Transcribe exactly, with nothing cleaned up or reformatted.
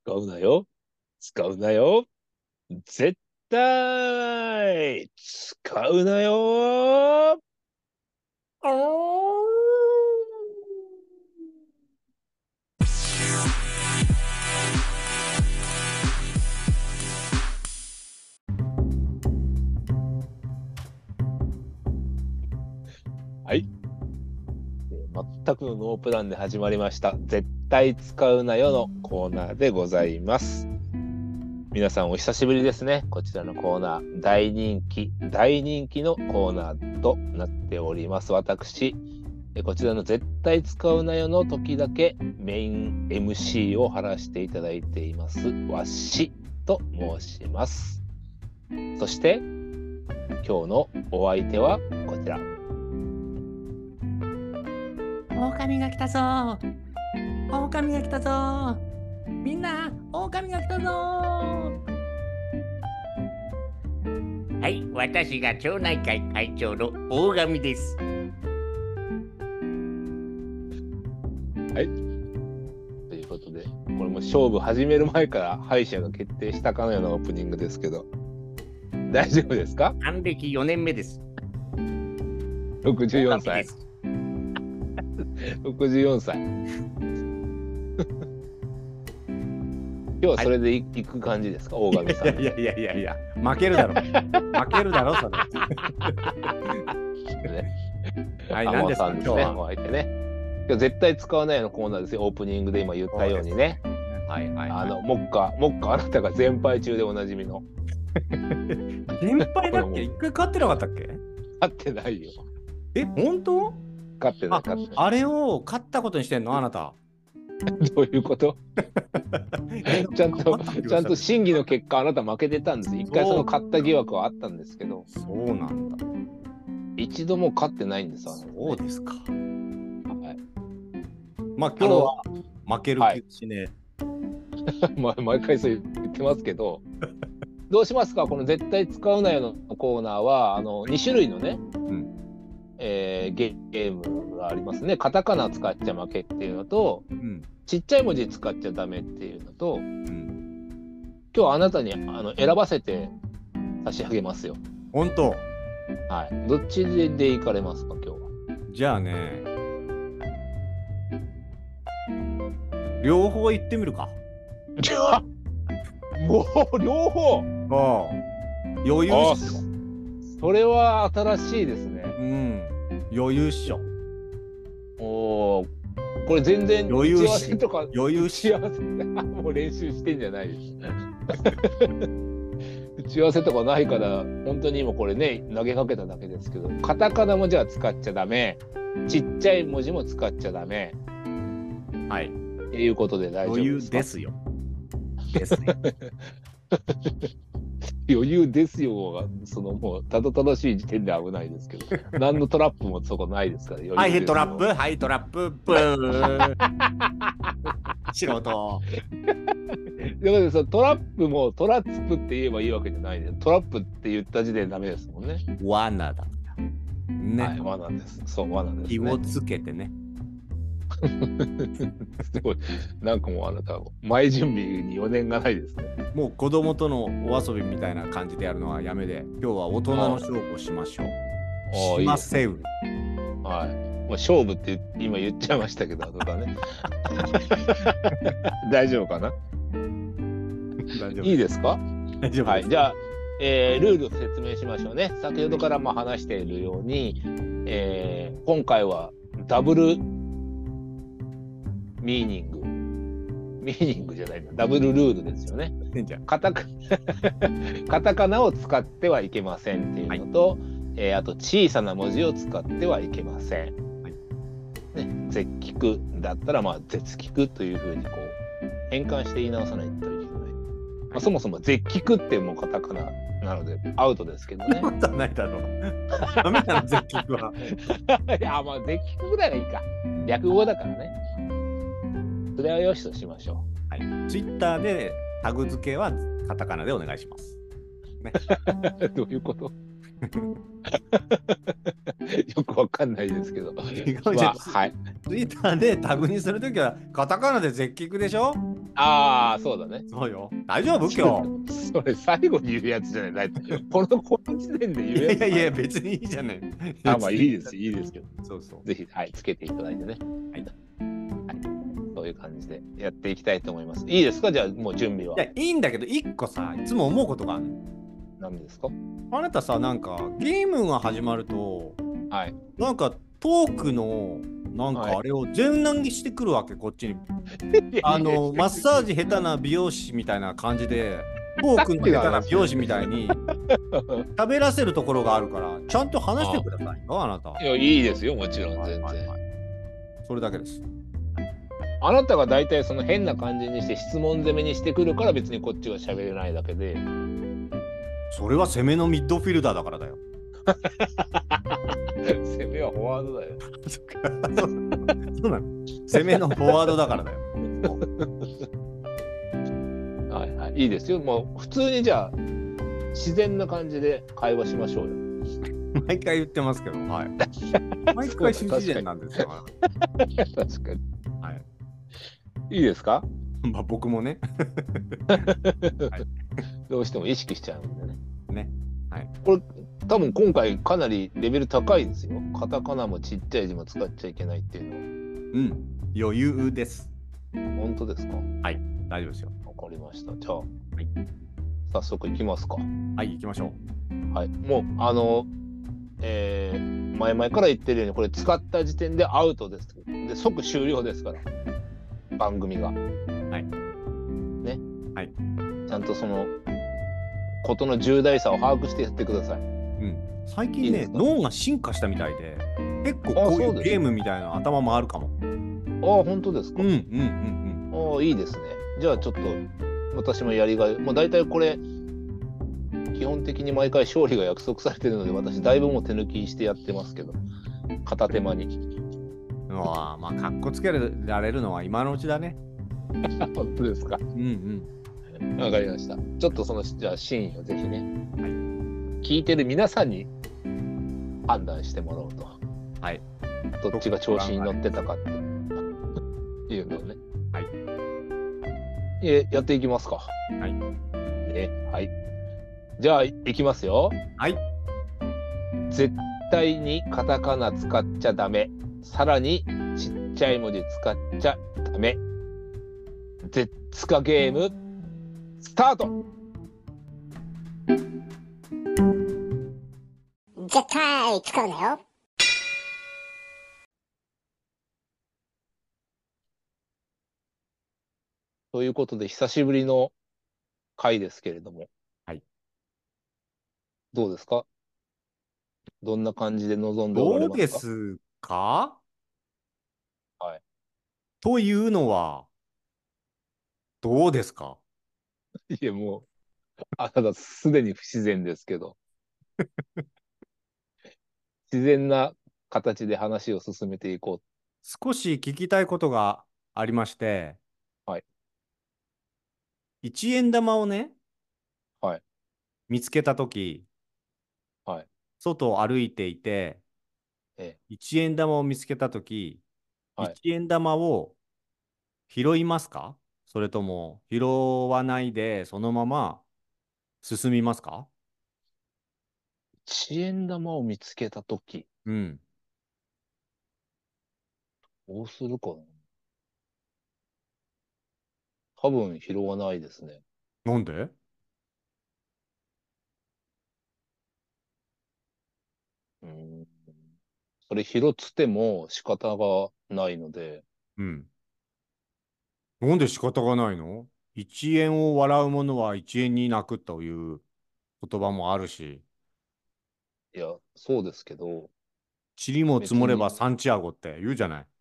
使うなよ。使うなよ。絶対使うなよ。はい。全くのノープランで始まりました。絶対使うなよのコーナーでございます。皆さんお久しぶりですね。こちらのコーナー、大人気、大人気のコーナーとなっております。私、こちらの絶対使うなよの時だけメイン エムシー を張らせていただいています。わしと申します。そして、今日のお相手はこちら。 狼が来たぞー。狼が来たぞー。みんな、狼が来たぞー。 はい、私が町内会会長の大神です。 はい。ということで、これも勝負始める前から敗者が決定したかのようなオープニングですけど、大丈夫ですか？ 還暦よねんめです。 ろくじゅうよんさい。ろくじゅうよんさい。今日はそれでい、はい、く感じですか、大神さん。 いやいやいやいや、負けるだろ。負けるだろ、それ。 ね、 はい、何ですか、 今日は。お相手ね。今日絶対使わないのコーナーですよ、オープニングで今言ったようにね。 はいはい、はい。 あの、目下、目下あなたが全敗中でおなじみの。 全敗だっけ？一回勝ってなかったっけ？ 勝ってないよ。 え、本当？ 勝ってない、勝ってない。 あれを勝ったことにしてんの、あなた。 どういうことちゃんと、ちゃんと審議の結果、あなた負けてたんです。一回その勝った疑惑はあったんですけど。 そうなんだ。 一度も勝ってないんです。 そうですか。はい。まあ今日は負ける気しねえ。はい、毎回そう言ってますけど、どうしますか、この絶対使うなよのコーナーは、あのに種類のね、うんえー、ゲ, ゲームがありますね。カタカナ使っちゃ負けっていうのと、うん、ちっちゃい文字使っちゃダメっていうのと、うん、今日あなたにあの選ばせて差し上げますよ。 本当？ はい。どっちでで行かれますか、今日は。 じゃあね、両方行ってみるか。 もう両方。 ああ、余裕っしょ。 それは新しいですね。 うん、余裕っしょ。 おお、これ全然余裕打ち合わせとか余裕っしょ。 打ち合わせもう練習してんじゃないです。打ち合わせとかないから本当に今これね投げかけただけですけど、カタカナもじゃあ使っちゃダメ、ちっちゃい文字も使っちゃダメ。 はい。 っていうことで大丈夫ですか？ 余裕ですよ。ですね。 余裕ですよがそのもうただ正しい時点で危ないですけど、何のトラップもそこないですから。 はい、トラップ、はい、トラップ、ブーン。素人。 でもそのトラップもトラップって言えばいいわけじゃないで、トラップって言った時点でダメですもんね。 罠だ。ね。 はい、罠です。そう、罠です、ね。 気をつけてね。 すごい。なんかもうあなた、前準備に余念がないですね。 もう子供とのお遊びみたいな感じでやるのはやめで、今日は大人の勝負をしましょう。しませう。 はい。まあ、勝負って今言っちゃいましたけど、とかね。大丈夫かな？大丈夫。いいですか？ 大丈夫です。 はい。じゃあ、えー、ルールを説明しましょうね。先ほどからまあ話しているように、えー、今回はダブルミーニング。ミーニングじゃないんだ。ダブルルールですよね。カタカカタカナを使ってはいけませんっていうのと、はい、えー、あと小さな文字を使ってはいけません。はいね、絶菊だったら、まあ、絶菊というふうにこう変換して言い直さないといけない。はい、まあ、そもそも絶菊ってもうカタカナなのでアウトですけどね。 そんなことないだろう。ダメだな、絶菊は。 いや、まあ、絶菊ぐらいがいいか。略語だからね。それはよしとしましょう。はい。ツイッターでタグ付けはカタカナでお願いします。 ね、どういうこと？よくわかんないですけど。 違うじゃん。まあ、はい。ツイッターでタグにするときはカタカナで絶菊でしょ？ ああ、そうだね。 そうよ。大丈夫今日。 それ最後に言うやつじゃない。だってこのこの時点で言うやつ。 いやいやいや、別にいいじゃない。 あ、まあいいです、いいですけど。 そうそう。 ぜひ、はい、つけていただいてね。 はい。 はい、そういう感じでやっていきたいと思います。いいですか？じゃあ、もう準備は。 いや、いいんだけど、一個さ、いつも思うことがあるの。 何ですか？ あなたさ、なんか、ゲームが始まると、 はい。 なんか、トークの、なんかあれを全難儀してくるわけ、こっちに。あの、マッサージ下手な美容師みたいな感じで、トークの下手な美容師みたいに喋らせるところがあるから、ちゃんと話してくださいよ、あなた。 いや、いいですよ、もちろん、全然。 はいはいはい、それだけです。 あなたが大体その変な感じにして質問攻めにしてくるから別にこっちは喋れないだけで。 それは攻めのミッドフィルダーだからだよ。 攻めはフォワードだよ。 そうなの。攻めのフォワードだからだよ。 はいはい。いいですよ。もう普通にじゃあ自然な感じで会話しましょうよ。 毎回言ってますけど、はい。毎回不自然なんですよ。 確かに。 はい。 いいですか？ まあ僕もね、 はい。どうしても意識しちゃうんでね。 ね。はい。 これ多分今回かなりレベル高いですよ。カタカナもちっちゃい字も使っちゃいけないっていうのは。うん。 余裕です。 本当ですか？ はい。大丈夫ですよ。 わかりました。じゃあ、はい、早速いきますか。 はい、行きましょう。はい。もうあの、えー、前々から言ってるようにこれ使った時点でアウトです。で即終了ですから。番組が。はい。ね。はい。ちゃんとそのことの重大さを把握してやってください。うん。 最近ね、いい脳が進化したみたいで、結構こういうゲームみたいな頭もあるかも。 ああ、本当ですか。 うんうんうんうん。ああ、いいですね。じゃあちょっと私もやりがい、もう大体これ基本的に毎回勝利が約束されてるので、私だいぶもう手抜きしてやってますけど、片手間に。 うわ、まあかっこつけられるのは今のうちだね。 本当ですか。うんうん。わかりました。ちょっとそのじゃあシーンをぜひね、はい、聞いてる皆さんに判断してもらおうと。はい。どっちが調子に乗ってたかっていうのをね。はい。え、やっていきますか。はい。ね、はい。じゃあ、いきますよ。はい。絶対にカタカナ使っちゃダメ。さらにちっちゃい文字使っちゃダメ。絶ツカゲームスタート。絶対使うなよ。ということで久しぶりの回ですけれども、はい、どうですか？どんな感じで臨んでおられますか？どうですか？ はい。 というのはどうですか？ いやもうあなたすでに不自然ですけど自然な形で話を進めていこう。 少し聞きたいことがありまして、はい。いちえん玉をね、はい。見つけたとき、はい。外を歩いていて、ええ、いちえん玉を見つけたとき、はい、いちえん玉を拾いますか？それとも拾わないでそのまま進みますか？ いちえん玉を見つけたとき。うん。どうするかな。多分拾わないですね。 なんで？ うん。それ拾っても仕方がないので。 うん。なんで仕方がないの？ いち 円を笑う者はいちえんに泣くという言葉もあるし。 いや、そうですけど。 塵も積もればサンチアゴって言うじゃない。